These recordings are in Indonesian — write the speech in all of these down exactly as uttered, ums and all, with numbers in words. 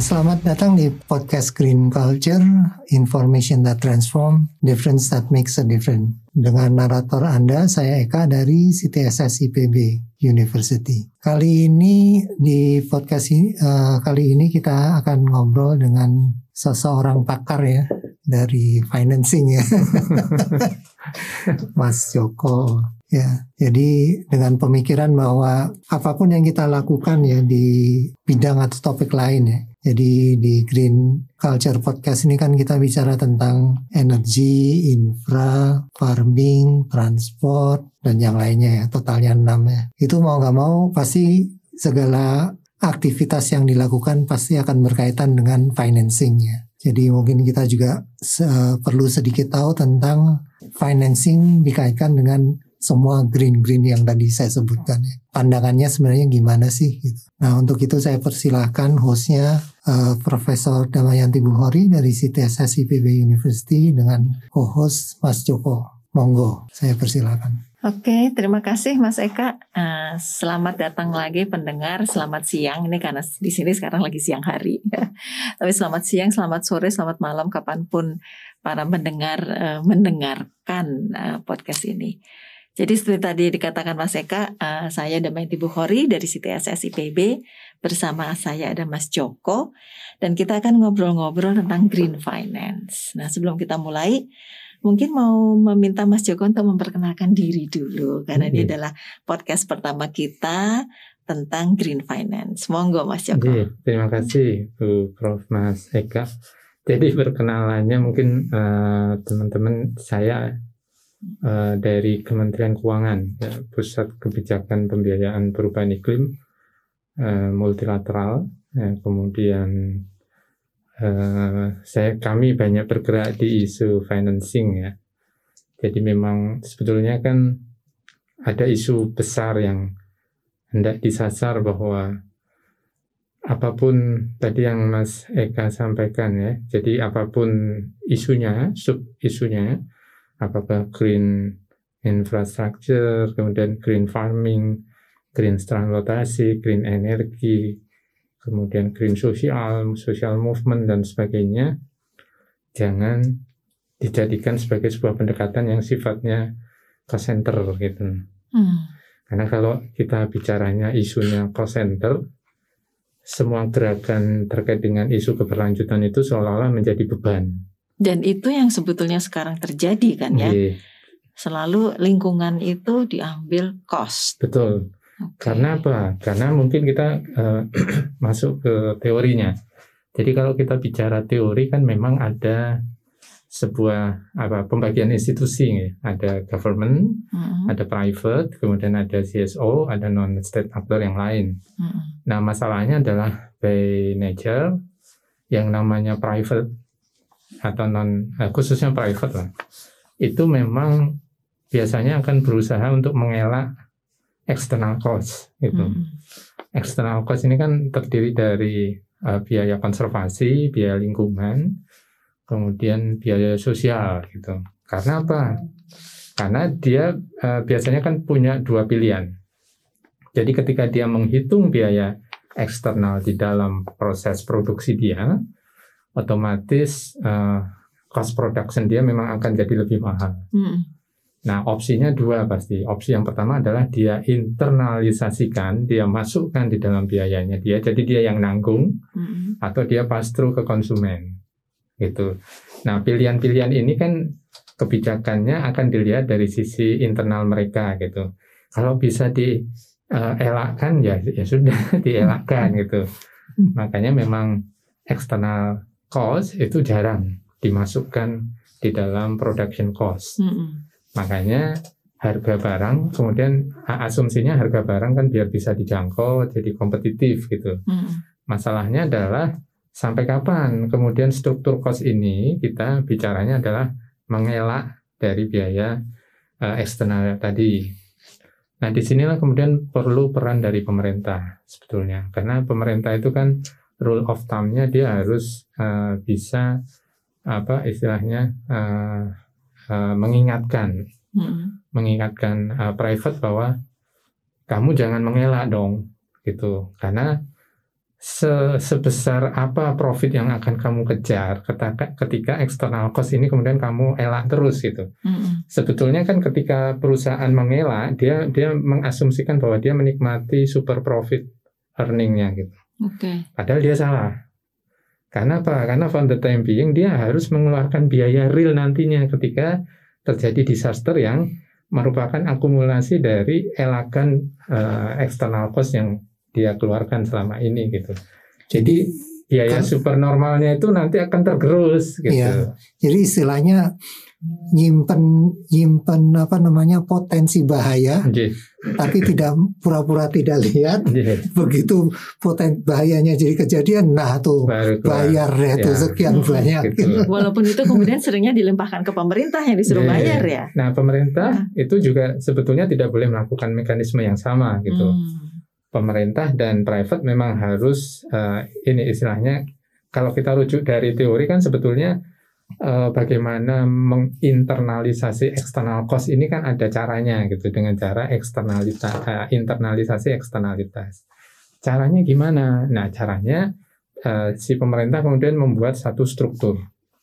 selamat datang di podcast Green Culture, Information that Transform, Difference that Makes a Difference. Dengan narator Anda, saya Eka dari C T S S I P B University. Kali ini di podcast ini, uh, kali ini kita akan ngobrol dengan seseorang pakar ya dari financing ya, Mas Joko. Ya, jadi dengan pemikiran bahwa apapun yang kita lakukan ya di bidang atau topik lain ya. Jadi di Green Culture Podcast ini kan kita bicara tentang energi, infra, farming, transport, dan yang lainnya ya, totalnya enam ya. Itu mau gak mau pasti segala aktivitas yang dilakukan pasti akan berkaitan dengan financing ya. Jadi mungkin kita juga se- perlu sedikit tahu tentang financing dikaitkan dengan semua green-green yang tadi saya sebutkan ya. Pandangannya sebenarnya gimana sih gitu. Nah untuk itu saya persilahkan hostnya uh, Profesor Damayanti Bukhori dari C T S S I P B University dengan co-host Mas Joko. Monggo, saya persilahkan. Oke, terima kasih Mas Eka. Uh, selamat datang lagi pendengar. Selamat siang. Ini karena di sini sekarang lagi siang hari. Tapi selamat siang, selamat sore, selamat malam kapanpun para mendengar uh, mendengarkan uh, podcast ini. Jadi seperti tadi dikatakan Mas Eka, uh, saya Damayanti Bukhori dari C T S S I P B. Bersama saya ada Mas Joko. Dan kita akan ngobrol-ngobrol tentang green finance. Nah sebelum kita mulai, mungkin mau meminta Mas Joko untuk memperkenalkan diri dulu. Karena ini adalah podcast pertama kita tentang green finance. Monggo Mas Joko. Oke, terima kasih Bu Prof Mas Eka. Jadi perkenalannya mungkin uh, teman-teman saya Uh, dari Kementerian Keuangan, ya, Pusat Kebijakan Pembiayaan Perubahan Iklim uh, Multilateral. Ya, kemudian uh, saya kami banyak bergerak di isu financing ya. Jadi memang sebetulnya kan ada isu besar yang hendak disasar bahwa apapun tadi yang Mas Eka sampaikan ya. Jadi apapun isunya, sub isunya, apakah green infrastructure, kemudian green farming, green transportasi, green energi, kemudian green social, social movement, dan sebagainya, jangan dijadikan sebagai sebuah pendekatan yang sifatnya cost center gitu. Hmm. Karena kalau kita bicaranya isunya cost center, semua gerakan terkait dengan isu keberlanjutan itu seolah-olah menjadi beban. Dan itu yang sebetulnya sekarang terjadi kan ya. Yeah. Selalu lingkungan itu diambil cost. Betul. Okay. Karena apa? Karena mungkin kita uh, masuk ke teorinya. Jadi kalau kita bicara teori kan memang ada sebuah apa pembagian institusi ya. Ada government, mm-hmm. ada private, kemudian ada C S O, ada non-state actor yang lain. Mm-hmm. Nah masalahnya adalah by nature yang namanya private atau non eh, khususnya private lah, itu memang biasanya akan berusaha untuk mengelak external cost gitu. Hmm. External cost ini kan terdiri dari uh, biaya konservasi, biaya lingkungan, kemudian biaya sosial gitu. Karena apa? Karena dia uh, biasanya kan punya dua pilihan. Jadi ketika dia menghitung biaya eksternal di dalam proses produksi dia, otomatis uh, cost production dia memang akan jadi lebih mahal. Hmm. Nah, opsinya dua pasti. Opsi yang pertama adalah dia internalisasikan, dia masukkan di dalam biayanya dia, jadi dia yang nanggung, hmm. atau dia pass through ke konsumen. Gitu. Nah, pilihan-pilihan ini kan kebijakannya akan dilihat dari sisi internal mereka gitu. Kalau bisa dielakkan uh, ya ya sudah dielakkan gitu. Makanya memang eksternal cost itu jarang dimasukkan di dalam production cost. Mm-hmm. Makanya harga barang, kemudian asumsinya harga barang kan biar bisa dijangkau, jadi kompetitif gitu. Mm-hmm. Masalahnya adalah sampai kapan kemudian struktur cost ini kita bicaranya adalah mengelak dari biaya uh, eksternal tadi. Nah disinilah kemudian perlu peran dari pemerintah sebetulnya, karena pemerintah itu kan rule of thumb-nya dia harus uh, bisa apa istilahnya uh, uh, mengingatkan, hmm. mengingatkan uh, private bahwa kamu jangan mengelak dong, gitu. Karena se- sebesar apa profit yang akan kamu kejar ketika, ketika external cost ini kemudian kamu elak terus gitu. Mm-mm. Sebetulnya kan ketika perusahaan mengelak, dia dia mengasumsikan bahwa dia menikmati super profit earningnya gitu. Oke. Padahal dia salah. Karena apa? Karena for the time being dia harus mengeluarkan biaya real nantinya ketika terjadi disaster yang merupakan akumulasi dari elakan uh, external cost yang dia keluarkan selama ini gitu. Jadi biaya Kan- super normalnya itu nanti akan tergerus gitu. Iya. Jadi istilahnya nyimpen nyimpen apa namanya potensi bahaya, Nggih, tapi tidak pura-pura tidak lihat. nggih. Begitu poten bahayanya jadi kejadian, nah tuh Baru keluar. bayar ya tuh Ya. sekian Hmm, banyak. gitu. Walaupun itu kemudian seringnya dilimpahkan ke pemerintah yang disuruh Iya. bayar ya. Nah, pemerintah itu juga sebetulnya tidak boleh melakukan mekanisme yang sama gitu. Hmm. Pemerintah dan private memang harus uh, ini istilahnya kalau kita rujuk dari teori kan sebetulnya uh, bagaimana menginternalisasi external cost ini kan ada caranya gitu dengan cara eksternalitas uh, internalisasi eksternalitas. Caranya gimana? Nah, caranya uh, si pemerintah kemudian membuat satu struktur.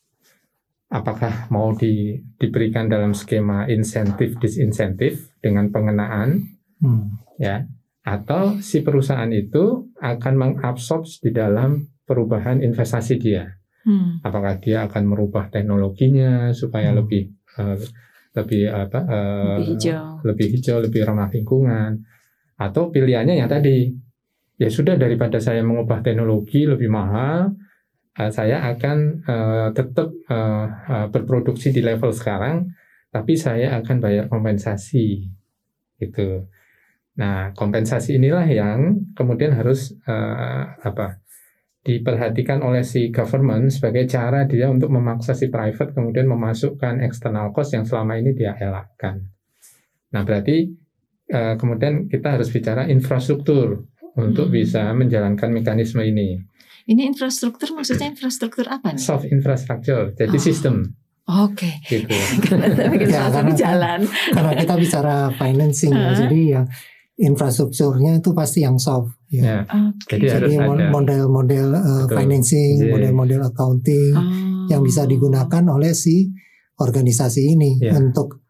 Apakah mau di, diberikan dalam skema insentif disinsentif dengan pengenaan Hmm. ya, atau si perusahaan itu akan mengabsorb di dalam perubahan investasi dia. Hmm. Apakah dia akan merubah teknologinya supaya Hmm. lebih uh, lebih apa uh, Lebih hijau. lebih hijau, lebih ramah lingkungan, atau pilihannya yang tadi ya sudah daripada saya mengubah teknologi lebih mahal, uh, saya akan uh, tetap uh, uh, berproduksi di level sekarang, tapi saya akan bayar kompensasi gitu. Nah, kompensasi inilah yang kemudian harus uh, apa diperhatikan oleh si government sebagai cara dia untuk memaksa si private kemudian memasukkan external cost yang selama ini dia elakkan. Nah, berarti uh, kemudian kita harus bicara infrastruktur untuk Hmm. bisa menjalankan mekanisme ini. Ini infrastruktur maksudnya infrastruktur apa nih? Soft infrastructure, jadi Oh. sistem Oke. gitu. Karena bikin Ya, infrastruktur karena- jalan. Karena kita bicara financing, ya, Hah? jadi yang infrastrukturnya itu pasti yang soft. Ya. Ya, Oke. Jadi harus Jadi mon- ada. model-model uh, Betul. financing, Iya. model-model accounting Oh. yang bisa digunakan oleh si organisasi ini Ya. untuk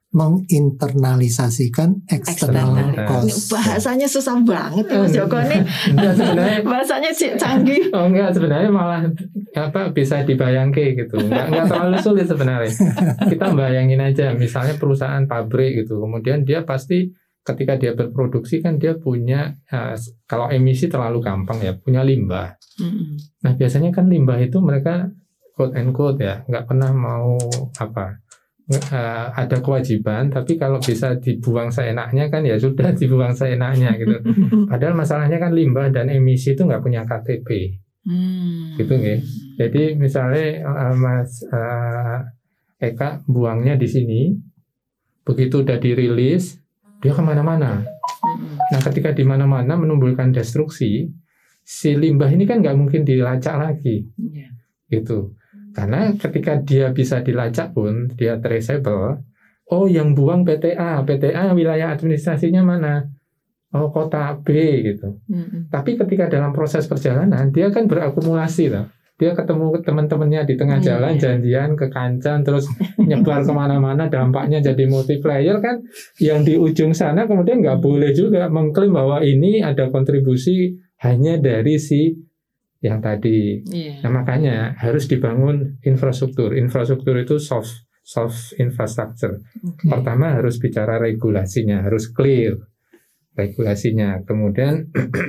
menginternalisasikan external External. Ini cost. bahasanya susah banget ya Mas Joko nih. Enggak, sebenarnya Bahasanya sih canggih. Oh enggak, sebenarnya malah apa bisa dibayangke gitu. Enggak enggak terlalu sulit sebenarnya. Kita bayangin aja misalnya perusahaan pabrik gitu. Kemudian dia pasti ketika dia berproduksi kan dia punya uh, kalau emisi terlalu gampang ya, punya limbah. Mm-mm. Nah, biasanya kan limbah itu mereka quote and quote ya, nggak pernah mau apa uh, ada kewajiban, tapi kalau bisa dibuang seenaknya kan ya sudah dibuang seenaknya gitu. Padahal masalahnya kan limbah dan emisi itu nggak punya K T P. Hmm. Gitu nggih. Jadi misalnya uh, Mas uh, Eka buangnya di sini, begitu udah dirilis, dia kemana-mana. Mm-mm. Nah ketika di mana-mana menimbulkan destruksi, si limbah ini kan nggak mungkin dilacak lagi, Iya. gitu. Karena ketika dia bisa dilacak pun, dia traceable. Oh yang buang P T A, P T A wilayah administrasinya mana? Oh kota B gitu. Mm-mm. Tapi ketika dalam proses perjalanan dia kan berakumulasi loh. Dia ketemu teman-temannya di tengah Iya. jalan, janjian ke Kancan, terus nyebar kemana-mana, dampaknya jadi multiplier kan. Yang di ujung sana kemudian nggak boleh juga mengklaim bahwa ini ada kontribusi hanya dari si yang tadi. Iya. Nah makanya harus dibangun infrastruktur. Infrastruktur itu soft, soft infrastructure. Oke. Pertama harus bicara regulasinya, harus clear regulasinya. Kemudian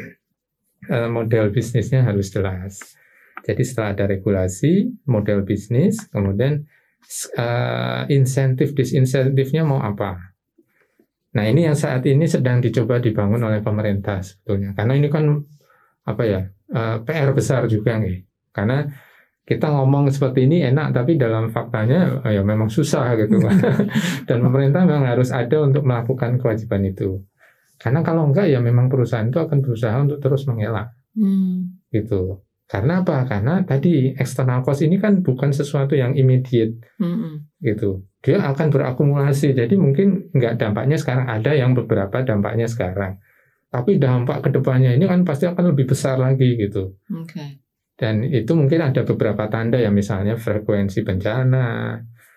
eh, model bisnisnya harus jelas. Jadi setelah ada regulasi, model bisnis, kemudian uh, insentif disinsentifnya mau apa? Nah ini yang saat ini sedang dicoba dibangun oleh pemerintah sebetulnya. Karena ini kan apa ya uh, P R besar juga nih. Karena kita ngomong seperti ini enak, tapi dalam faktanya ya memang susah gitu. Dan pemerintah memang harus ada untuk melakukan kewajiban itu. Karena kalau enggak ya memang perusahaan itu akan berusaha untuk terus mengelak Hmm. gitu. Karena apa? Karena tadi external cost ini kan bukan sesuatu yang immediate Mm-mm. gitu. Dia akan berakumulasi. Jadi mungkin nggak dampaknya sekarang ada, yang beberapa dampaknya sekarang. tapi dampak kedepannya ini kan pasti akan lebih besar lagi gitu. Okay. Dan itu mungkin ada beberapa tanda ya, misalnya frekuensi bencana,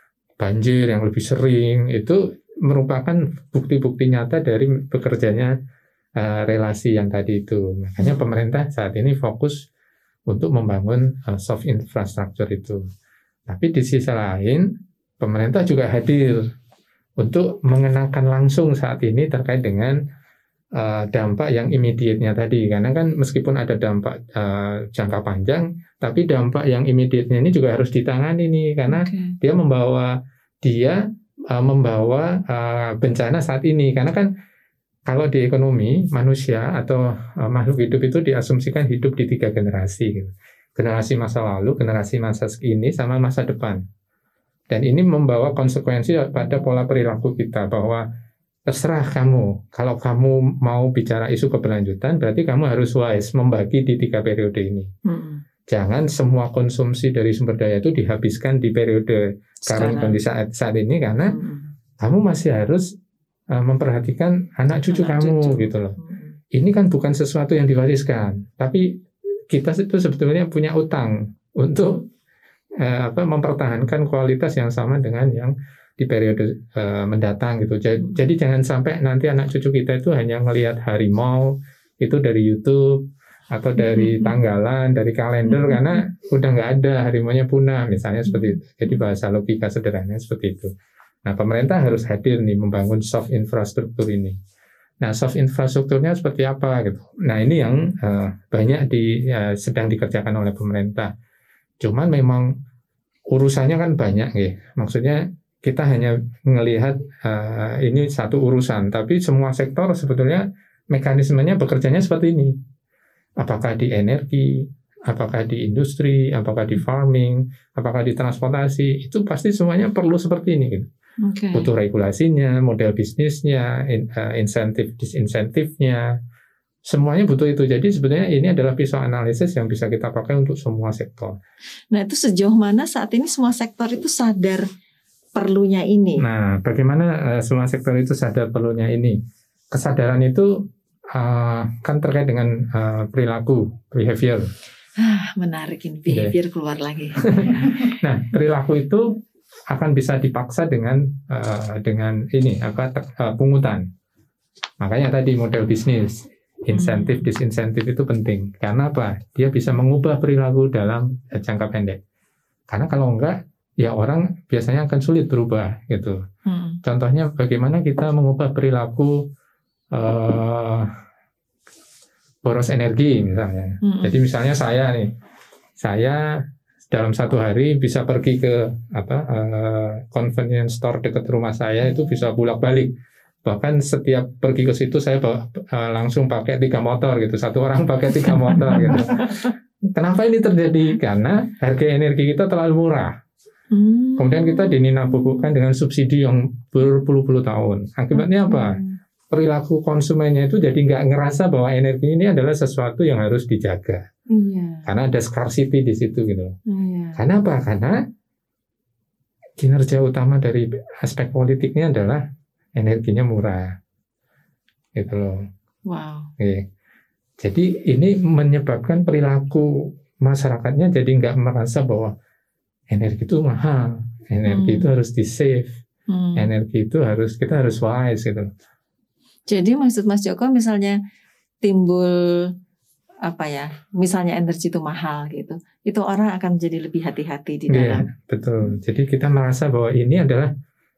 banjir yang lebih sering, itu merupakan bukti-bukti nyata dari bekerjanya uh, relasi yang tadi itu. Makanya pemerintah saat ini fokus untuk membangun uh, soft infrastructure itu. Tapi di sisi lain, pemerintah juga hadir untuk mengenakan langsung saat ini terkait dengan Uh, dampak yang immediate-nya tadi, karena kan meskipun ada dampak uh, jangka panjang, tapi dampak yang immediate-nya ini juga harus ditangani nih, karena okay. dia membawa dia uh, membawa uh, bencana saat ini. Karena kan kalau di ekonomi manusia atau uh, makhluk hidup itu diasumsikan hidup di tiga generasi, gitu. Generasi masa lalu, generasi masa kini, sama masa depan. Dan ini membawa konsekuensi pada pola perilaku kita, bahwa terserah kamu, kalau kamu mau bicara isu keberlanjutan, berarti kamu harus wise, membagi di tiga periode ini. Hmm. Jangan semua konsumsi dari sumber daya itu dihabiskan di periode current kondisi saat, saat ini, karena hmm. kamu masih harus uh, memperhatikan anak cucu anak kamu, cucu. Gitu loh. Hmm. Ini kan bukan sesuatu yang diwariskan, tapi kita itu sebetulnya punya utang untuk uh, apa, mempertahankan kualitas yang sama dengan yang di periode uh, mendatang gitu. Jadi, jadi jangan sampai nanti anak cucu kita itu hanya ngelihat harimau itu dari YouTube atau dari tanggalan, dari kalender, karena udah nggak ada, harimaunya punah misalnya seperti itu. Jadi bahasa logika sederhana seperti itu. Nah, pemerintah harus hadir nih membangun soft infrastruktur ini. Nah, soft infrastrukturnya seperti apa gitu. Nah, ini yang uh, banyak di uh, sedang dikerjakan oleh pemerintah. Cuman memang urusannya kan banyak ya. Maksudnya kita hanya melihat uh, ini satu urusan, tapi semua sektor sebetulnya mekanismenya bekerjanya seperti ini. Apakah di energi, apakah di industri, apakah di farming, apakah di transportasi, itu pasti semuanya perlu seperti ini. Gitu. Okay. Butuh regulasinya, model bisnisnya, in, uh, insentif disinsentifnya, semuanya butuh itu. Jadi sebetulnya ini adalah pisau analisis yang bisa kita pakai untuk semua sektor. Nah, itu sejauh mana saat ini semua sektor itu sadar perlunya ini? Nah, bagaimana uh, semua sektor itu sadar perlunya ini? Kesadaran itu uh, kan terkait dengan uh, perilaku, behavior. Ah, menarik ini, behavior okay. keluar lagi. Nah, perilaku itu akan bisa dipaksa dengan uh, dengan ini apa uh, pungutan. Makanya tadi model bisnis, insentif, hmm. disinsentif itu penting. Karena apa? Dia bisa mengubah perilaku dalam uh, jangka pendek. Karena kalau enggak, ya orang biasanya akan sulit berubah gitu. Hmm. Contohnya bagaimana kita mengubah perilaku uh, boros energi misalnya. Hmm. Jadi misalnya saya nih, saya dalam satu hari bisa pergi ke apa uh, convenience store dekat rumah saya, itu bisa bolak-balik. Bahkan setiap pergi ke situ saya bawa, uh, langsung pakai tiga motor gitu. Satu orang pakai tiga motor gitu. Kenapa ini terjadi? Karena harga energi kita terlalu murah. Hmm. Kemudian kita dininabubukan dengan subsidi yang berpuluh-puluh tahun. Akibatnya apa? Perilaku konsumennya itu jadi nggak ngerasa bahwa energi ini adalah sesuatu yang harus dijaga. Iya. Karena ada scarcity di situ gitu. Iya. Karena apa? Karena kinerja utama dari aspek politiknya adalah energinya murah. Gitu loh. Wow. Oke. Jadi ini menyebabkan perilaku masyarakatnya jadi nggak merasa bahwa energi itu mahal, energi hmm. itu harus di-save, hmm. energi itu harus, kita harus wise gitu. Jadi maksud Mas Joko misalnya timbul apa ya, misalnya energi itu mahal gitu, itu orang akan jadi lebih hati-hati di dalam. Iya, betul. Jadi kita merasa bahwa ini adalah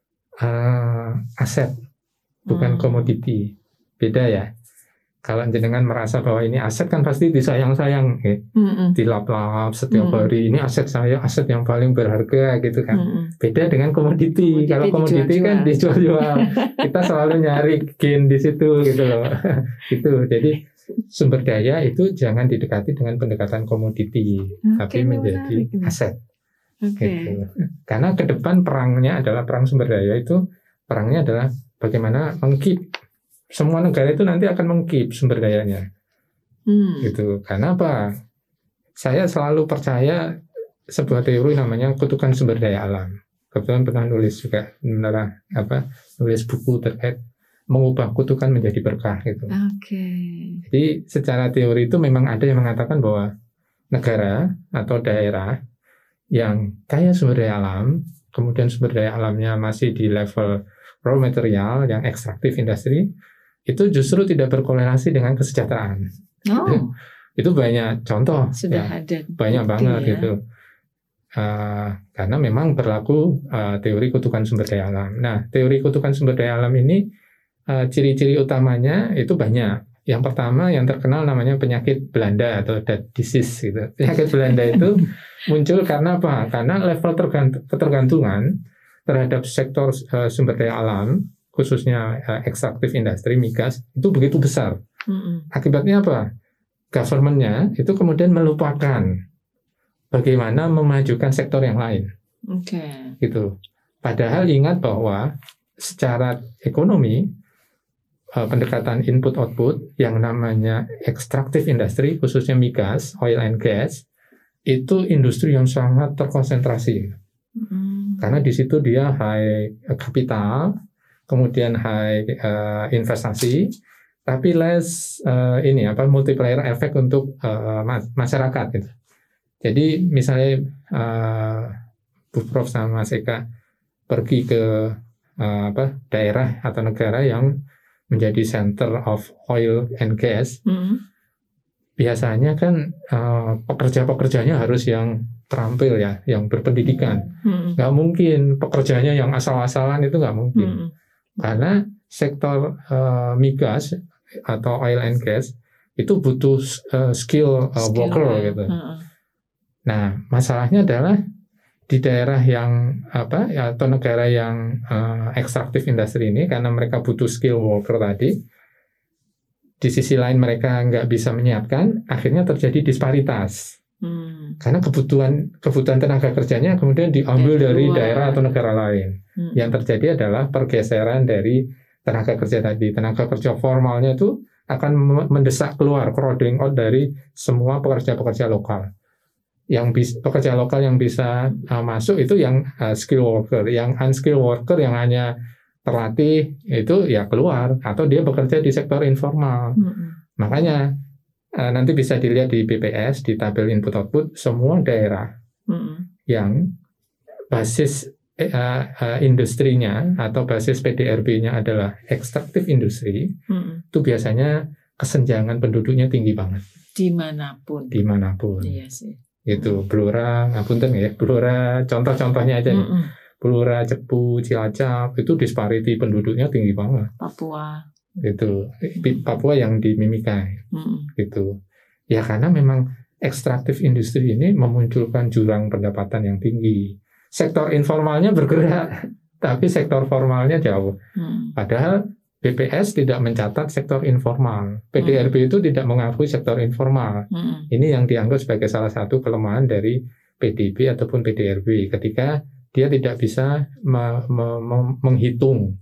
uh, aset, bukan hmm. komoditi. Beda ya. Kalau jenengan merasa bahwa ini aset kan pasti disayang-sayang, ya. Mm-mm. Dilap-lap setiap Mm-mm. hari. Ini aset saya, aset yang paling berharga gitu kan. Mm-mm. Beda dengan komoditi. Kalau komoditi kan dijual-jual. Kita selalu nyari gain di situ gitu loh. Gitu. Jadi sumber daya itu jangan didekati dengan pendekatan komoditi, okay, tapi menjadi menarik. Aset. Okay. Gitu. Karena ke depan perangnya adalah perang sumber daya, itu perangnya adalah bagaimana mengkeep. Semua negara itu nanti akan mengkeep sumber dayanya, hmm. gitu. Karena apa? Saya selalu percaya sebuah teori namanya kutukan sumber daya alam. Kebetulan pernah nulis juga, benar apa? Nulis buku terkait mengubah kutukan menjadi berkah gitu. Oke. Okay. Jadi secara teori itu memang ada yang mengatakan bahwa negara atau daerah yang kaya sumber daya alam, kemudian sumber daya alamnya masih di level raw material yang ekstraktif industri, itu justru tidak berkorelasi dengan kesejahteraan. Oh. Itu banyak contoh. Sudah ya, ada. Banyak banget ya. gitu. Uh, karena memang berlaku uh, teori kutukan sumber daya alam. Nah, teori kutukan sumber daya alam ini uh, ciri-ciri utamanya itu banyak. Yang pertama yang terkenal namanya penyakit Belanda atau dead disease gitu. Penyakit Belanda itu muncul karena apa? Karena level tergant- ketergantungan terhadap sektor uh, sumber daya alam, khususnya uh, ekstraktif industri migas itu begitu besar. Mm-hmm. Akibatnya apa? Government-nya itu kemudian melupakan bagaimana memajukan sektor yang lain. Oke. Okay. Gitu. Padahal ingat bahwa secara ekonomi pendekatan input-output yang namanya extractive industry, khususnya migas, oil and gas, itu industri yang sangat terkonsentrasi. Mm. Karena di situ dia high capital, kemudian high uh, investasi, tapi less uh, ini apa multiplier effect untuk uh, masyarakat gitu. Jadi misalnya uh, Bu Prof sama Mas Eka pergi ke uh, apa daerah atau negara yang menjadi center of oil and gas, mm. biasanya kan uh, pekerja-pekerjanya harus yang terampil ya, yang berpendidikan. Mm. Nggak mungkin pekerjanya yang asal-asalan, itu nggak mungkin. Mm. Karena sektor uh, migas atau oil and gas itu butuh uh, skill, uh, skill worker ya. gitu. Mm. Nah, masalahnya adalah di daerah yang apa atau negara yang uh, ekstraktif industri ini, karena mereka butuh skill worker tadi, di sisi lain mereka nggak bisa menyiapkan, akhirnya terjadi disparitas. Hmm. Karena kebutuhan kebutuhan tenaga kerjanya kemudian diambil dari, dari daerah atau negara lain. Hmm. Yang terjadi adalah pergeseran dari tenaga kerja tadi. Tenaga kerja formalnya itu akan mendesak keluar, crowding out dari semua pekerja-pekerja lokal. Yang bisa, pekerja lokal yang bisa uh, masuk itu yang uh, skill worker, yang unskilled worker yang hanya terlatih itu ya keluar, atau dia bekerja di sektor informal. Mm-hmm. Makanya uh, nanti bisa dilihat di B P S, di tabel input output, semua daerah mm-hmm. yang basis uh, uh, industrinya atau basis P D R B-nya adalah extractive industry, mm-hmm. itu biasanya kesenjangan penduduknya tinggi banget. Dimanapun. Dimanapun. Iya sih. Itu Blora, ngapunten ya, Blora contoh-contohnya aja nih. Mm-mm. Blora, Cepu, Cilacap itu disparity penduduknya tinggi banget. Papua. Itu Papua yang di Mimika. Mm-mm. Gitu. Ya karena memang ekstraktif industri ini memunculkan jurang pendapatan yang tinggi. Sektor informalnya bergerak, tapi sektor formalnya jauh. Mm. Padahal B P S tidak mencatat sektor informal. P D R B hmm. itu tidak mengakui sektor informal. Hmm. Ini yang dianggap sebagai salah satu kelemahan dari P D B ataupun P D R B ketika dia tidak bisa me- me- me- menghitung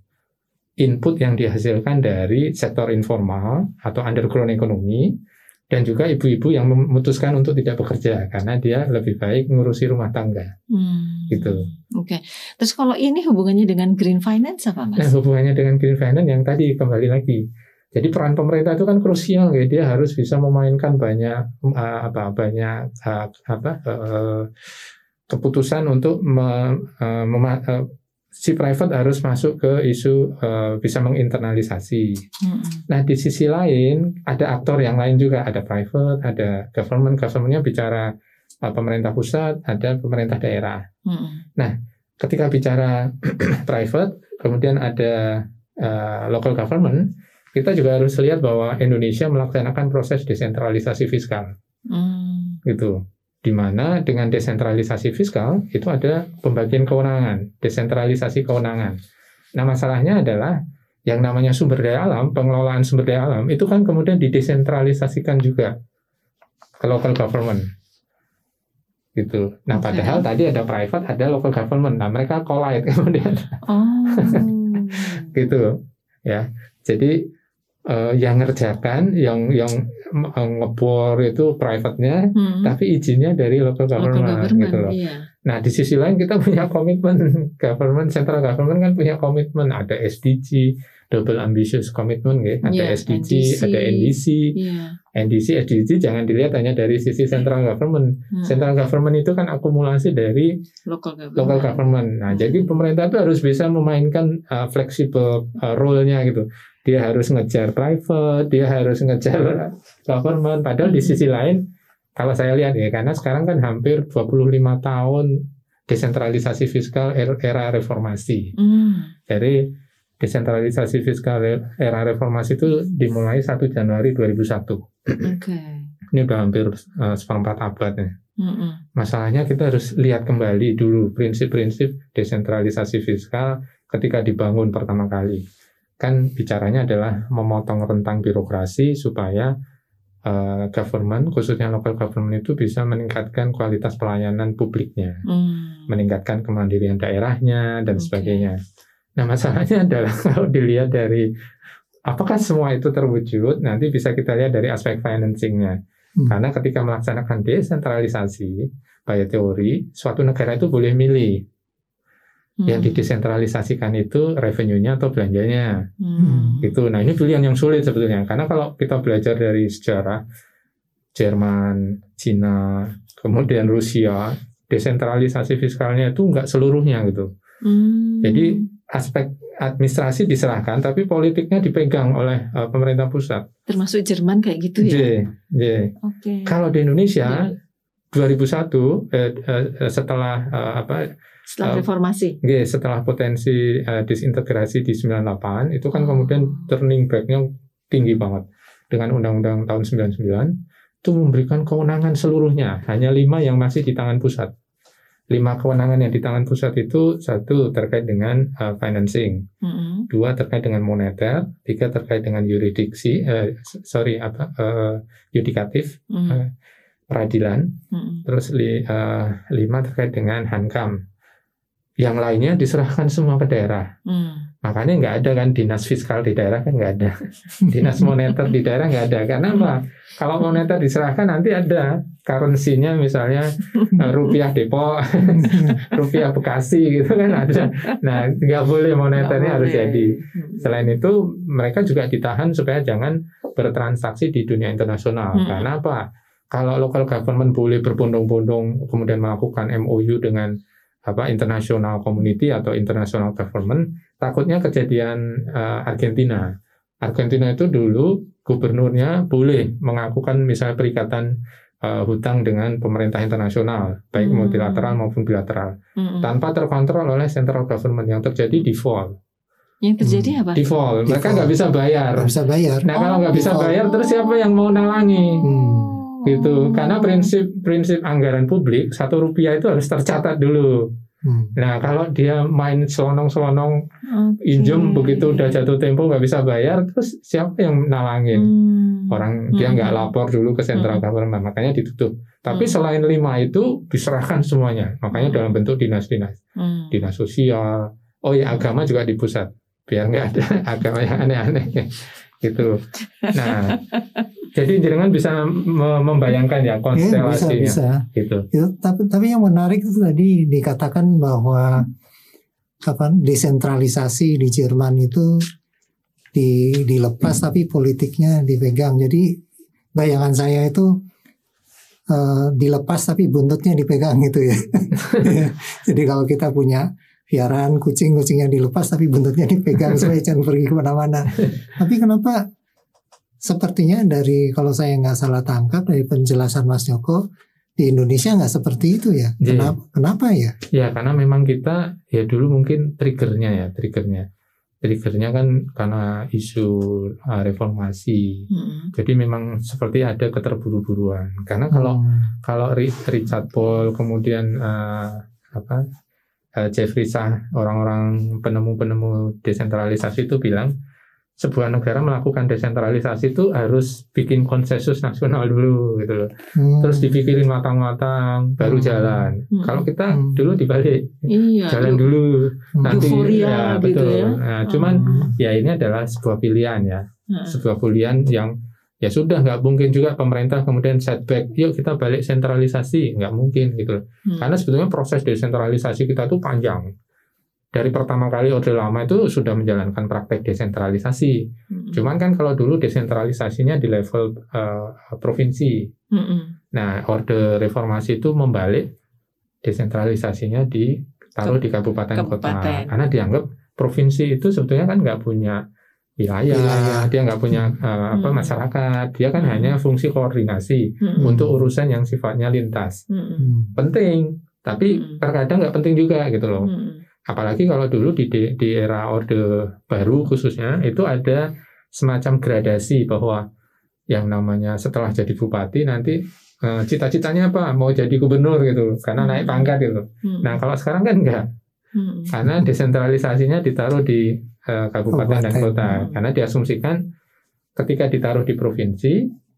input yang dihasilkan dari sektor informal atau underground ekonomi, dan juga ibu-ibu yang memutuskan untuk tidak bekerja karena dia lebih baik ngurusi rumah tangga. Hmm. Gitu. Oke. Okay. Terus kalau ini hubungannya dengan green finance apa, Mas? Nah, hubungannya dengan green finance yang tadi kembali lagi. Jadi peran pemerintah itu kan krusial ya, dia harus bisa memainkan banyak uh, apa banyak uh, apa uh, keputusan untuk me, uh, mema, uh, si private harus masuk ke isu uh, bisa menginternalisasi. Hmm. Nah, di sisi lain ada aktor yang lain juga, ada private, ada government. Governmentnya bicara uh, pemerintah pusat, ada pemerintah daerah. Hmm. Nah, ketika bicara private, kemudian ada uh, local government, kita juga harus lihat bahwa Indonesia melaksanakan proses desentralisasi fiskal. Hmm. Gitu. Di mana dengan desentralisasi fiskal itu ada pembagian kewenangan, desentralisasi kewenangan. Nah, masalahnya adalah yang namanya sumber daya alam, pengelolaan sumber daya alam itu kan kemudian didesentralisasikan juga ke local government. Gitu. Nah, okay. Padahal tadi ada private, ada local government. Nah, mereka collide kemudian. Oh. Gitu. Ya. Jadi uh, yang ngerjakan, yang yang ngebor itu private-nya, hmm. tapi izinnya dari local government, local government gitu loh. Iya. Nah di sisi lain kita punya komitmen, government, central government kan punya komitmen, ada S D G, double ambitious commitment, gitu. Ada yeah, S D G, N D C, ada N D C, yeah. N D C, S D G jangan dilihat hanya dari sisi central government. Hmm. Central government itu kan akumulasi dari local government. Local government. Nah hmm. jadi pemerintah itu harus bisa memainkan uh, fleksibel uh, role-nya gitu. Dia harus ngejar private, dia harus ngejar government. Padahal hmm. di sisi lain, kalau saya lihat ya, karena sekarang kan hampir dua puluh lima tahun desentralisasi fiskal era reformasi. Hmm. Jadi desentralisasi fiskal era reformasi itu dimulai satu Januari dua ribu satu. Okay. Ini udah hampir uh, seperempat abad ya. Hmm. Masalahnya kita harus lihat kembali dulu prinsip-prinsip desentralisasi fiskal ketika dibangun pertama kali. Kan bicaranya adalah memotong rentang birokrasi supaya uh, government, khususnya local government itu bisa meningkatkan kualitas pelayanan publiknya, hmm. meningkatkan kemandirian daerahnya dan okay. sebagainya. Nah masalahnya adalah kalau dilihat dari apakah semua itu terwujud, nanti bisa kita lihat dari aspek financingnya. Hmm. Karena ketika melaksanakan desentralisasi, by teori, suatu negara itu boleh milih. Hmm. Yang didesentralisasikan itu revenue-nya atau belanjanya. Hmm. Gitu. Nah, ini pilihan yang sulit sebetulnya. Karena kalau kita belajar dari sejarah Jerman, Cina, kemudian Rusia, desentralisasi fiskalnya itu enggak seluruhnya gitu. Hmm. Jadi aspek administrasi diserahkan, tapi politiknya dipegang oleh uh, pemerintah pusat. Termasuk Jerman kayak gitu ya? J, J. Okay. Kalau di Indonesia, yeah. dua ribu satu eh, eh, setelah eh, apa? Setelah reformasi. Uh, yeah, setelah potensi uh, disintegrasi di sembilan puluh delapan itu kan oh. kemudian turning back-nya tinggi banget dengan undang-undang tahun sembilan puluh sembilan itu memberikan kewenangan seluruhnya, hanya lima yang masih di tangan pusat. Lima kewenangan yang di tangan pusat itu satu terkait dengan uh, financing, mm-hmm. dua terkait dengan moneter, tiga terkait dengan yuridiksi, uh, sorry apa uh, yudikatif, mm-hmm. uh, peradilan, mm-hmm. terus li, uh, lima terkait dengan hankam. Yang lainnya diserahkan semua ke daerah. Hmm. Makanya nggak ada kan dinas fiskal di daerah kan nggak ada. Dinas moneter di daerah nggak ada. Karena apa? Kalau moneter diserahkan nanti ada currency-nya misalnya rupiah Depok, rupiah Bekasi gitu kan ada. Nah nggak boleh moneternya harus jadi. Selain itu mereka juga ditahan supaya jangan bertransaksi di dunia internasional. Hmm. Karena apa? Kalau local government boleh berbondong-bondong kemudian melakukan M O U dengan apa international community atau international government, takutnya kejadian uh, Argentina. Argentina itu dulu gubernurnya boleh mengakukan misalnya perikatan uh, hutang dengan pemerintah internasional, baik hmm. multilateral maupun bilateral, hmm. tanpa terkontrol oleh central government. Yang terjadi default. Yang terjadi apa? Default. Mereka nggak bisa bayar. Nggak bisa bayar. Nah oh, kalau nggak bisa bayar, terus siapa yang mau nalangi? Hmm. Gitu. Karena prinsip prinsip anggaran publik satu rupiah itu harus tercatat dulu. Hmm. Nah kalau dia main selonong-selonong, okay. injem begitu udah jatuh tempo nggak bisa bayar, terus siapa yang nalangin? Hmm. Orang dia nggak hmm. lapor dulu ke central hmm. government, makanya ditutup. Tapi hmm. selain lima itu diserahkan semuanya, makanya hmm. dalam bentuk dinas-dinas, hmm. dinas sosial. Oh ya agama juga di pusat, biar nggak ada agama yang aneh-aneh. Gitu. Nah, jadi jenengan bisa membayangkan ya konstelasinya. Ya, bisa, bisa. Gitu. Itu, tapi tapi yang menarik itu tadi dikatakan bahwa apa desentralisasi di Jerman itu di, dilepas tapi politiknya dipegang. Jadi bayangan saya itu uh, dilepas tapi buntutnya dipegang gitu ya. Jadi kalau kita punya piaraan kucing, kucingnya dilepas tapi buntutnya dipegang supaya jangan pergi kemana-mana. Tapi kenapa sepertinya dari kalau saya nggak salah tangkap dari penjelasan Mas Joko di Indonesia nggak seperti itu ya? Kenapa? Yeah. Kenapa ya? Ya karena memang kita ya dulu mungkin triggernya ya triggernya, triggernya kan karena isu uh, reformasi. Hmm. Jadi memang seperti ada keterburu-buruan. Karena kalau hmm. kalau Richard Paul kemudian uh, apa Jeffrey Sachs, orang-orang penemu-penemu desentralisasi itu bilang sebuah negara melakukan desentralisasi itu harus bikin konsensus nasional dulu gitu loh. Hmm. Terus dipikirin matang-matang baru hmm. jalan. Hmm. Kalau kita hmm. dulu dibalik, iya, jalan yuk. dulu. Nanti euforia ya gitu betul. Ya. Nah, cuman hmm. ya ini adalah sebuah pilihan ya, hmm. sebuah pilihan yang ya sudah nggak mungkin juga pemerintah kemudian setback. Yuk kita balik sentralisasi, nggak mungkin gitu loh. Hmm. Karena sebetulnya proses desentralisasi kita tuh panjang. Dari pertama kali Orde Lama itu sudah menjalankan praktek desentralisasi. Mm-hmm. Cuman kan kalau dulu desentralisasinya di level uh, provinsi. Mm-hmm. Nah, Orde Reformasi itu membalik desentralisasinya ditaruh di kabupaten, kabupaten kota. Karena dianggap provinsi itu sebetulnya kan nggak punya wilayah, wilayah. dia nggak punya uh, apa mm-hmm. masyarakat. Dia kan mm-hmm. hanya fungsi koordinasi mm-hmm. untuk urusan yang sifatnya lintas. Mm-hmm. Penting, tapi mm-hmm. terkadang nggak penting juga gitu loh. Mm-hmm. Apalagi kalau dulu di, di era Orde Baru khususnya itu ada semacam gradasi bahwa yang namanya setelah jadi bupati nanti eh, cita-citanya apa, mau jadi gubernur gitu karena hmm. naik pangkat gitu. Hmm. Nah kalau sekarang kan enggak, hmm. karena desentralisasinya ditaruh di eh, kabupaten oh, dan kota, hmm. karena diasumsikan ketika ditaruh di provinsi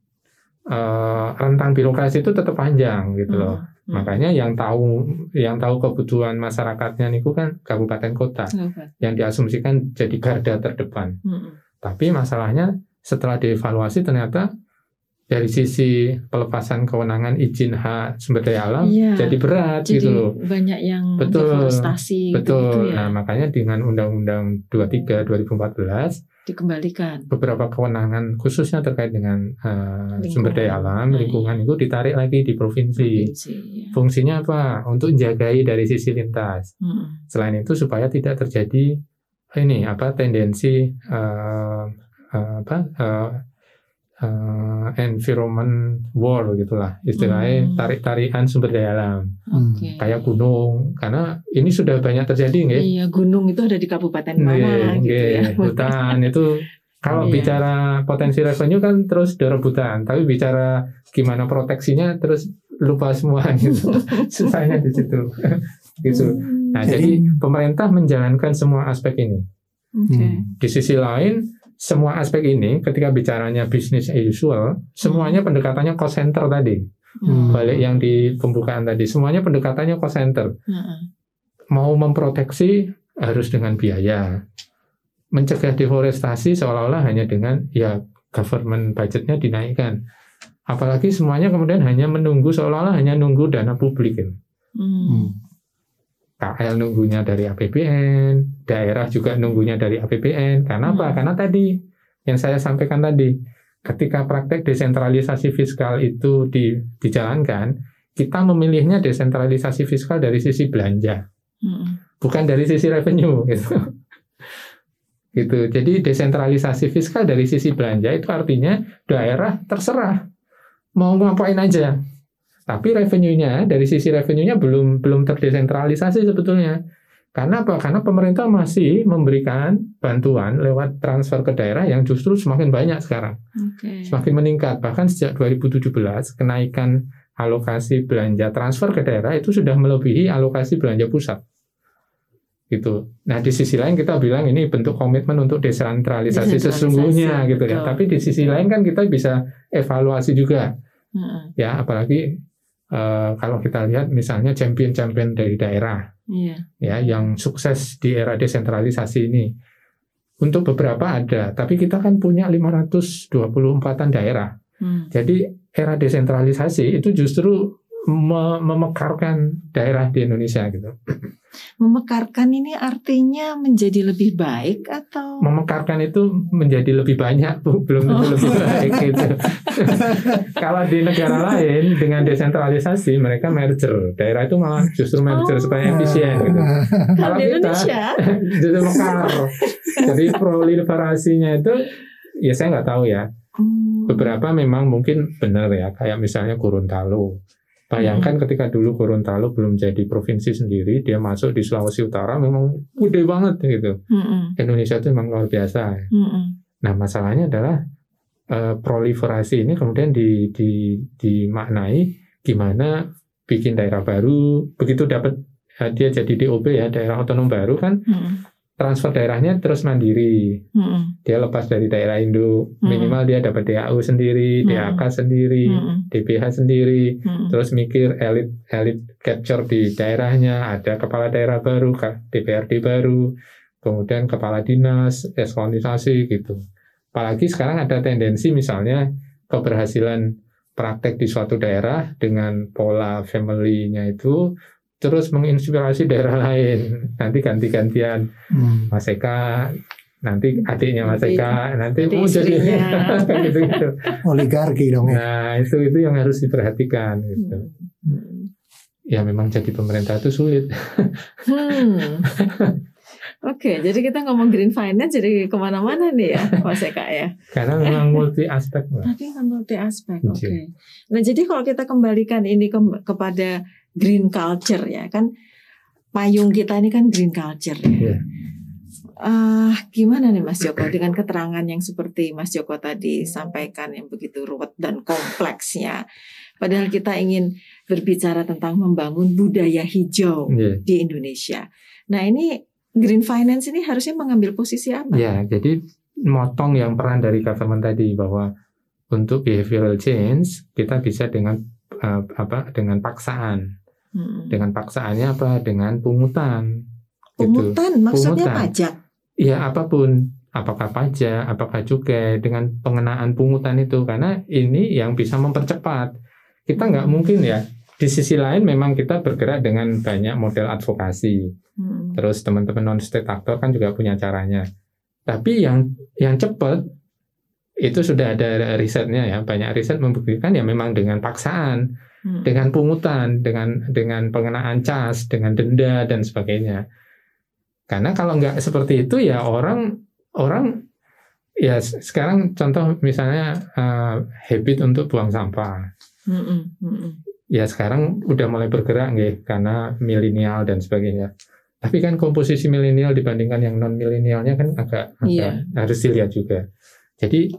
eh, rentang birokrasi itu tetap panjang gitu loh. Hmm. Hmm. Makanya yang tahu yang tahu kebutuhan masyarakatnya niku kan kabupaten kota okay. yang diasumsikan jadi garda terdepan. Hmm. Tapi masalahnya setelah dievaluasi ternyata dari sisi pelepasan kewenangan izin hak sumber daya alam iya, jadi berat jadi gitu loh. Banyak yang betul, deforestasi. Betul. Gitu ya. Nah makanya dengan Undang-Undang dua puluh tiga dua ribu empat belas dikembalikan beberapa kewenangan khususnya terkait dengan uh, sumber daya alam, lingkungan itu ditarik lagi di provinsi. provinsi ya. Fungsinya apa? Untuk menjagai dari sisi lintas. Hmm. Selain itu supaya tidak terjadi ini apa tendensi uh, uh, apa uh, uh, environment war gitulah istilahnya, hmm. tarik-tarikan sumber daya alam. Okay. Kayak gunung, karena ini sudah banyak terjadi nggih. Iya, gunung itu ada di kabupaten mana nge, gitu nge, ya. Hutan itu kalau iya. bicara potensi revenue kan terus rebutan, tapi bicara gimana proteksinya terus lupa semua gitu. Susahnya di situ. Gitu. Nah, jadi, jadi pemerintah menjalankan semua aspek ini. Okay. Di sisi lain, semua aspek ini ketika bicaranya business as usual, semuanya hmm. pendekatannya cost center tadi. Hmm. Balik yang di pembukaan tadi, semuanya pendekatannya cost center. Hmm. Mau memproteksi harus dengan biaya. Mencegah deforestasi seolah-olah hanya dengan ya government budgetnya dinaikkan. Apalagi semuanya kemudian hanya menunggu seolah-olah hanya nunggu dana publik. Hmm. K L nunggunya dari A P B N, daerah juga nunggunya dari A P B N. Karena apa? Hmm. Karena tadi yang saya sampaikan tadi. Ketika praktek desentralisasi fiskal itu di, dijalankan, kita memilihnya desentralisasi fiskal dari sisi belanja, hmm. bukan dari sisi revenue. Gitu. Gitu. Jadi desentralisasi fiskal dari sisi belanja itu artinya daerah terserah mau ngapain aja, tapi revenue-nya dari sisi revenue-nya belum belum terdesentralisasi sebetulnya. Karena apa? Karena pemerintah masih memberikan bantuan lewat transfer ke daerah yang justru semakin banyak sekarang. Okay. Semakin meningkat. Bahkan sejak dua ribu tujuh belas, kenaikan alokasi belanja transfer ke daerah itu sudah melebihi alokasi belanja pusat. Gitu. Nah, di sisi lain kita bilang ini bentuk komitmen untuk desentralisasi, desentralisasi sesungguhnya gitu ya. Tapi di sisi lain kan kita bisa evaluasi juga. Hmm. Ya, apalagi Uh, kalau kita lihat misalnya champion-champion dari daerah, yeah. ya yang sukses di era desentralisasi ini, untuk beberapa ada, tapi kita kan punya lima ratus dua puluh empatan daerah. Hmm. Jadi era desentralisasi itu justru mem- memekarkan daerah di Indonesia gitu. Memekarkan ini artinya menjadi lebih baik atau? Memekarkan itu menjadi lebih banyak, Bu. Belum tentu oh. lebih baik gitu. Kalau di negara lain dengan desentralisasi mereka merger, daerah itu malah justru merger oh. supaya efisien gitu. Kalau di Indonesia justru mekar. Jadi proliferasinya itu ya saya nggak tahu ya. Beberapa memang mungkin benar ya, kayak misalnya Gorontalo. Bayangkan hmm. ketika dulu Gorontalo belum jadi provinsi sendiri, dia masuk di Sulawesi Utara memang gede banget gitu. Hmm. Indonesia itu memang luar biasa. Hmm. Nah masalahnya adalah uh, proliferasi ini kemudian di, di, dimaknai gimana bikin daerah baru, begitu dapat uh, dia jadi D O B ya, daerah otonom baru kan, hmm. transfer daerahnya terus mandiri. Mm-mm. Dia lepas dari daerah induk, Mm-mm. minimal dia dapat D A U sendiri, Mm-mm. D A K sendiri, Mm-mm. D P H sendiri, Mm-mm. terus mikir elit elit capture di daerahnya, ada kepala daerah baru, D P R D baru, kemudian kepala dinas, eselonisasi gitu. Apalagi sekarang ada tendensi misalnya keberhasilan praktek di suatu daerah dengan pola family-nya itu terus menginspirasi daerah lain. Nanti ganti-gantian Hmm. Mas Eka, nanti adiknya Mas Nanti- Eka, nanti nanti oh, jadi istrinya. gitu-gitu. Oligarki dong ya. Nah, itu itu yang harus diperhatikan gitu. Hmm. Ya memang jadi pemerintah itu sulit. Hmm. Oke, jadi kita ngomong green finance jadi kemana-mana nih ya, Mas Eka ya. Karena memang multi aspek, Mbak. Tapi kan multi aspek, oke. Iya. Nah, jadi kalau kita kembalikan ini ke- kepada green culture ya, kan payung kita ini kan green culture ya. Iya. Ah, gimana nih Mas Joko dengan keterangan yang seperti Mas Joko tadi sampaikan yang begitu ruwet dan kompleksnya. Padahal kita ingin berbicara tentang membangun budaya hijau Iya. di Indonesia. Nah, ini green finance ini harusnya mengambil posisi apa? Ya, jadi motong yang peran dari government tadi bahwa untuk behavioral change kita bisa dengan uh, apa? Dengan paksaan. Hmm. Dengan paksaannya apa? Dengan pungutan. Gitu. Pungutan, maksudnya Pungutan. pajak. Ya apapun, apakah pajak, apakah cukai, dengan pengenaan pungutan itu, karena ini yang bisa mempercepat. Kita nggak mungkin ya. Di sisi lain memang kita bergerak dengan banyak model advokasi. Hmm. Terus teman-teman non state actor kan juga punya caranya. Tapi yang yang cepat itu sudah ada risetnya ya. Banyak riset membuktikan ya memang dengan paksaan, Hmm. dengan pungutan, dengan dengan pengenaan cas, dengan denda dan sebagainya. Karena kalau nggak seperti itu ya orang orang ya sekarang contoh misalnya uh, habit untuk buang sampah. Hmm. Hmm. Ya sekarang udah mulai bergerak nggih karena milenial dan sebagainya. Tapi kan komposisi milenial dibandingkan yang non milenialnya kan agak, agak Iya. harus dilihat juga. Jadi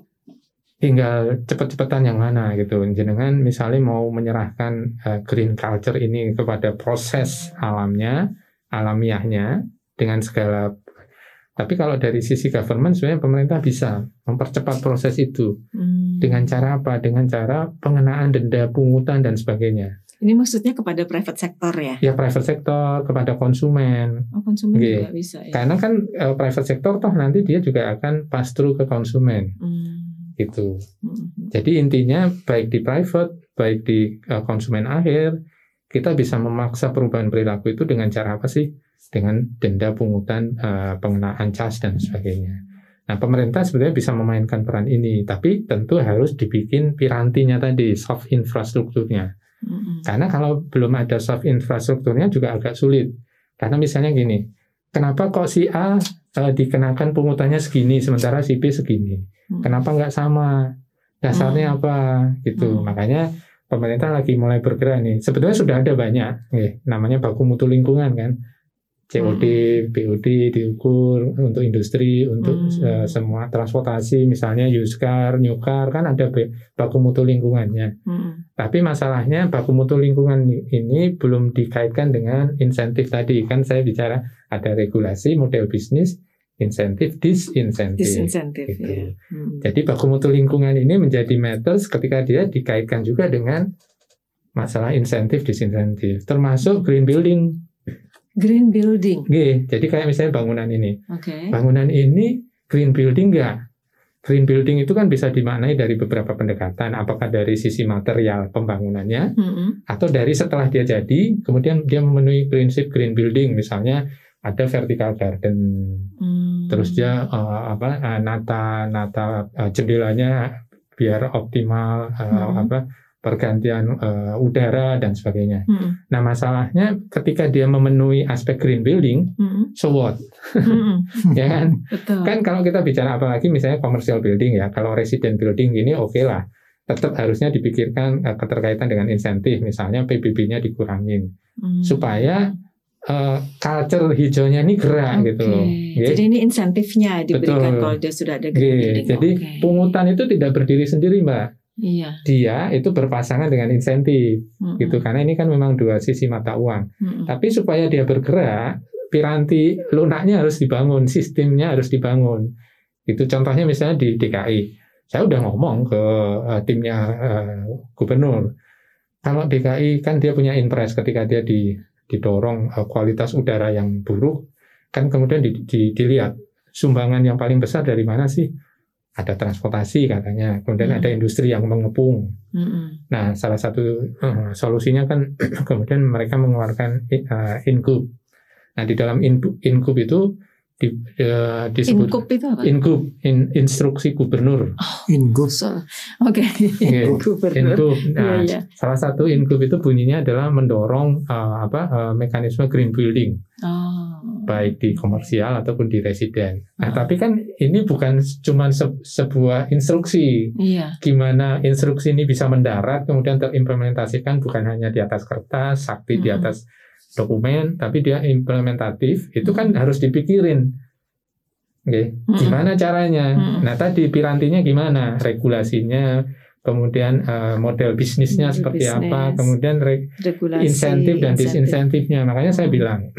tinggal cepet-cepetan yang mana gitu. Jenengan misalnya mau menyerahkan uh, green culture ini kepada proses alamnya, alamiahnya dengan segala. Tapi kalau dari sisi government sebenarnya pemerintah bisa mempercepat proses itu. Hmm. Dengan cara apa? Dengan cara pengenaan denda, pungutan dan sebagainya. Ini maksudnya kepada private sector ya? Ya private sector, kepada konsumen. Oh, konsumen Oke. juga bisa ya? Karena kan uh, private sector toh nanti dia juga akan pass through ke konsumen Hmm. gitu. Hmm. Jadi intinya baik di private, baik di uh, konsumen akhir, kita bisa memaksa perubahan perilaku itu dengan cara apa sih? Dengan denda, pungutan, uh, pengenaan cas dan sebagainya. Nah, pemerintah sebenarnya bisa memainkan peran ini, tapi tentu harus dibikin pirantinya tadi, soft infrastrukturnya. Hmm. Karena kalau belum ada soft infrastrukturnya juga agak sulit. Karena misalnya gini, kenapa kok si A uh, dikenakan pungutannya segini, sementara si B segini? Hmm. Kenapa nggak sama? Dasarnya Hmm. apa? Gitu. Hmm. Makanya pemerintah lagi mulai bergerak nih. Sebetulnya sudah ada banyak, eh, namanya baku mutu lingkungan kan. C O D, Hmm. B O D diukur untuk industri, untuk Hmm. uh, semua transportasi, misalnya used car, new car, kan ada be- baku mutu lingkungannya. Hmm. Tapi masalahnya baku mutu lingkungan ini belum dikaitkan dengan insentif tadi. Kan saya bicara ada regulasi, model bisnis, insentif, disinsentif. Disinsentif Gitu. ya. Hmm. Jadi baku mutu lingkungan ini menjadi matters ketika dia dikaitkan juga dengan masalah insentif, disinsentif. Termasuk green building. Green building. Oke, jadi kayak misalnya bangunan ini. Oke. Bangunan ini green building nggak? Green building itu kan bisa dimaknai dari beberapa pendekatan. Apakah dari sisi material pembangunannya, Hmm. atau dari setelah dia jadi, kemudian dia memenuhi prinsip green building. Misalnya ada vertical garden, Hmm. terus dia uh, apa uh, nata nata uh, jendelanya biar optimal, uh, Hmm. apa pergantian uh, udara dan sebagainya. Hmm. Nah masalahnya ketika dia memenuhi aspek green building, Hmm. so what? Hmm. Ya kan? Betul. Kan kalau kita bicara apalagi misalnya commercial building ya, kalau resident building ini oke lah, tetap harusnya dipikirkan uh, keterkaitan dengan insentif, misalnya P B B-nya dikurangin Hmm. supaya uh, culture hijaunya ini gerak Oke. gitu loh. Oke? Jadi ini insentifnya diberikan Betul. kalau dia sudah ada Oke, green building. jadi Oke. pungutan itu tidak berdiri sendiri Mbak. Iya. Dia itu berpasangan dengan insentif Hmm. gitu, karena ini kan memang dua sisi mata uang. Hmm. Tapi supaya dia bergerak, piranti lunaknya harus dibangun, sistemnya harus dibangun. Itu contohnya misalnya di D K I. Saya udah ngomong ke uh, timnya uh, gubernur. Kalau D K I kan dia punya impres ketika dia di, didorong uh, kualitas udara yang buruk, kan kemudian di, di, dilihat sumbangan yang paling besar dari mana sih? Ada transportasi katanya, kemudian hmm. ada industri yang mengepung. Hmm. Nah, salah satu uh, solusinya kan kemudian mereka mengeluarkan uh, Incup. Nah, di dalam Incup itu di, uh, disebut Incup itu apa? Incup, in, instruksi gubernur. Oh, Incup. So, Oke. Okay. Gubernur. Incup. Nah, yeah, yeah. Salah satu Incup itu bunyinya adalah mendorong uh, apa uh, mekanisme green building. Oh. Baik di komersial ataupun di residen. Nah, oh. tapi kan ini bukan cuma se- sebuah instruksi. Iya. Gimana instruksi ini bisa mendarat kemudian terimplementasikan bukan hanya di atas kertas, sakti hmm. di atas dokumen, tapi dia implementatif. Itu kan hmm. harus dipikirin. Oke, okay. hmm. gimana caranya? Hmm. Nah, tadi pirantinya gimana? Regulasinya, kemudian uh, model bisnisnya model seperti bisnis. Apa, kemudian re- insentif dan disinsentifnya. Makanya hmm. saya bilang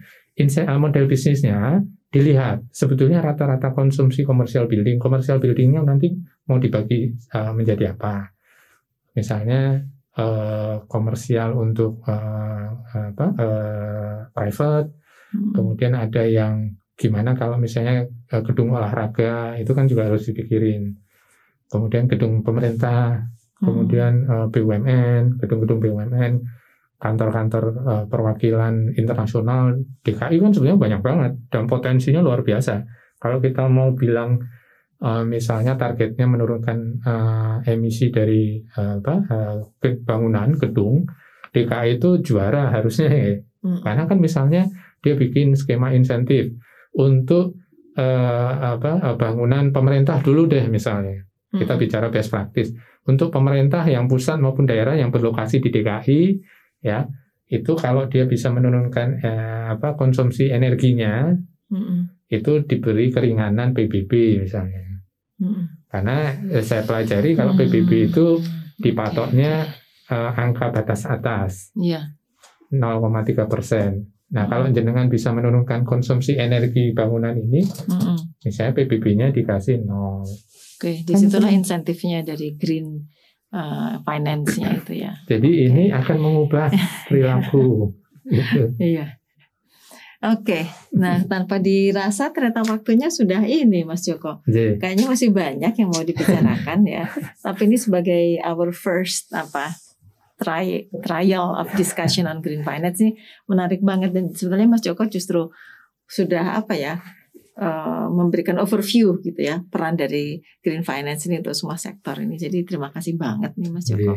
model bisnisnya dilihat sebetulnya rata-rata konsumsi komersial building, komersial buildingnya nanti mau dibagi uh, menjadi apa? Misalnya uh, komersial untuk uh, apa uh, private, hmm. kemudian ada yang gimana kalau misalnya uh, gedung olahraga itu kan juga harus dipikirin. Kemudian gedung pemerintah, hmm. kemudian uh, B U M N, gedung-gedung B U M N. Kantor-kantor uh, perwakilan internasional D K I kan sebenarnya banyak banget dan potensinya luar biasa. Kalau kita mau bilang uh, misalnya targetnya menurunkan uh, emisi dari uh, apa uh, bangunan gedung, D K I itu juara harusnya ya. Hmm. Karena kan misalnya dia bikin skema insentif untuk uh, apa uh, bangunan pemerintah dulu deh misalnya. Hmm. Kita bicara best practice untuk pemerintah yang pusat maupun daerah yang berlokasi di D K I. Ya, itu kalau dia bisa menurunkan eh, apa konsumsi energinya, mm-mm. itu diberi keringanan P B B misalnya. Mm-mm. Karena eh, saya pelajari kalau P B B itu dipatoknya eh, angka batas atas, yeah. nol koma tiga persen. Nah, mm-mm. kalau jenengan bisa menurunkan konsumsi energi bangunan ini, mm-mm. misalnya P B B-nya dikasih nol. Oke, disitulah kan, insentifnya dari green Uh, finance-nya itu ya. Jadi okay. ini akan mengubah perilaku. Gitu. Iya. Oke. Okay. Nah, tanpa dirasa ternyata waktunya sudah ini, Mas Joko. Yeah. Kayaknya masih banyak yang mau dibicarakan ya. Tapi ini sebagai our first apa try, trial of discussion on green finance ini menarik banget dan sebenarnya Mas Joko justru sudah apa ya? Uh, memberikan overview gitu ya peran dari green finance ini untuk semua sektor ini. Jadi terima kasih banget nih Mas Joko.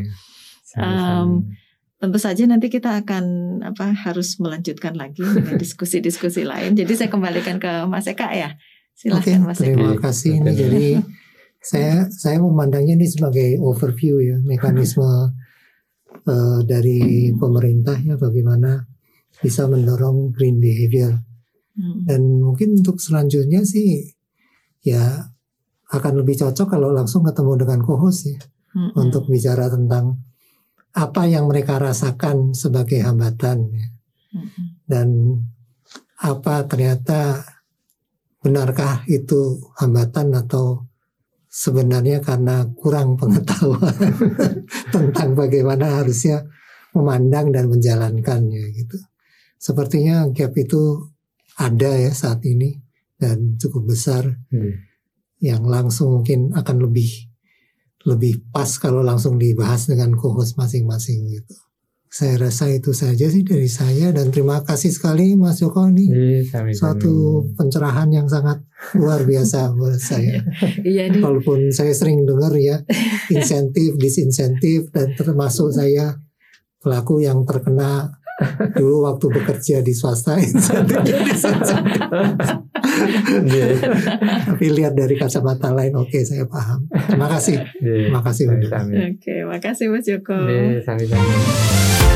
Um, tentu saja nanti kita akan apa harus melanjutkan lagi dengan diskusi-diskusi lain. Jadi saya kembalikan ke Mas Eka ya. Silakan Mas Eka. Terima kasih ini. Jadi saya saya memandangnya ini sebagai overview ya mekanisme uh, dari pemerintah ya bagaimana bisa mendorong green behavior. Dan mungkin untuk selanjutnya sih ya akan lebih cocok kalau langsung ketemu dengan co-host ya mm-hmm. untuk bicara tentang apa yang mereka rasakan sebagai hambatan ya. Mm-hmm. Dan apa ternyata benarkah itu hambatan atau sebenarnya karena kurang pengetahuan tentang bagaimana harusnya memandang dan menjalankannya gitu. Sepertinya gap itu ada ya saat ini dan cukup besar hmm. yang langsung mungkin akan lebih lebih pas kalau langsung dibahas dengan co-host masing-masing gitu. Saya rasa itu saja sih dari saya dan terima kasih sekali Mas Joko nih hmm, suatu pencerahan yang sangat luar biasa buat saya. Iya, walaupun saya sering dengar ya insentif, disinsentif dan termasuk saya pelaku yang terkena dulu waktu bekerja di swasta tapi lihat dari kacamata lain oke okay, saya paham. Terima kasih. Terima kasih. Oke, okay, makasih Mas Joko. Sami-sami.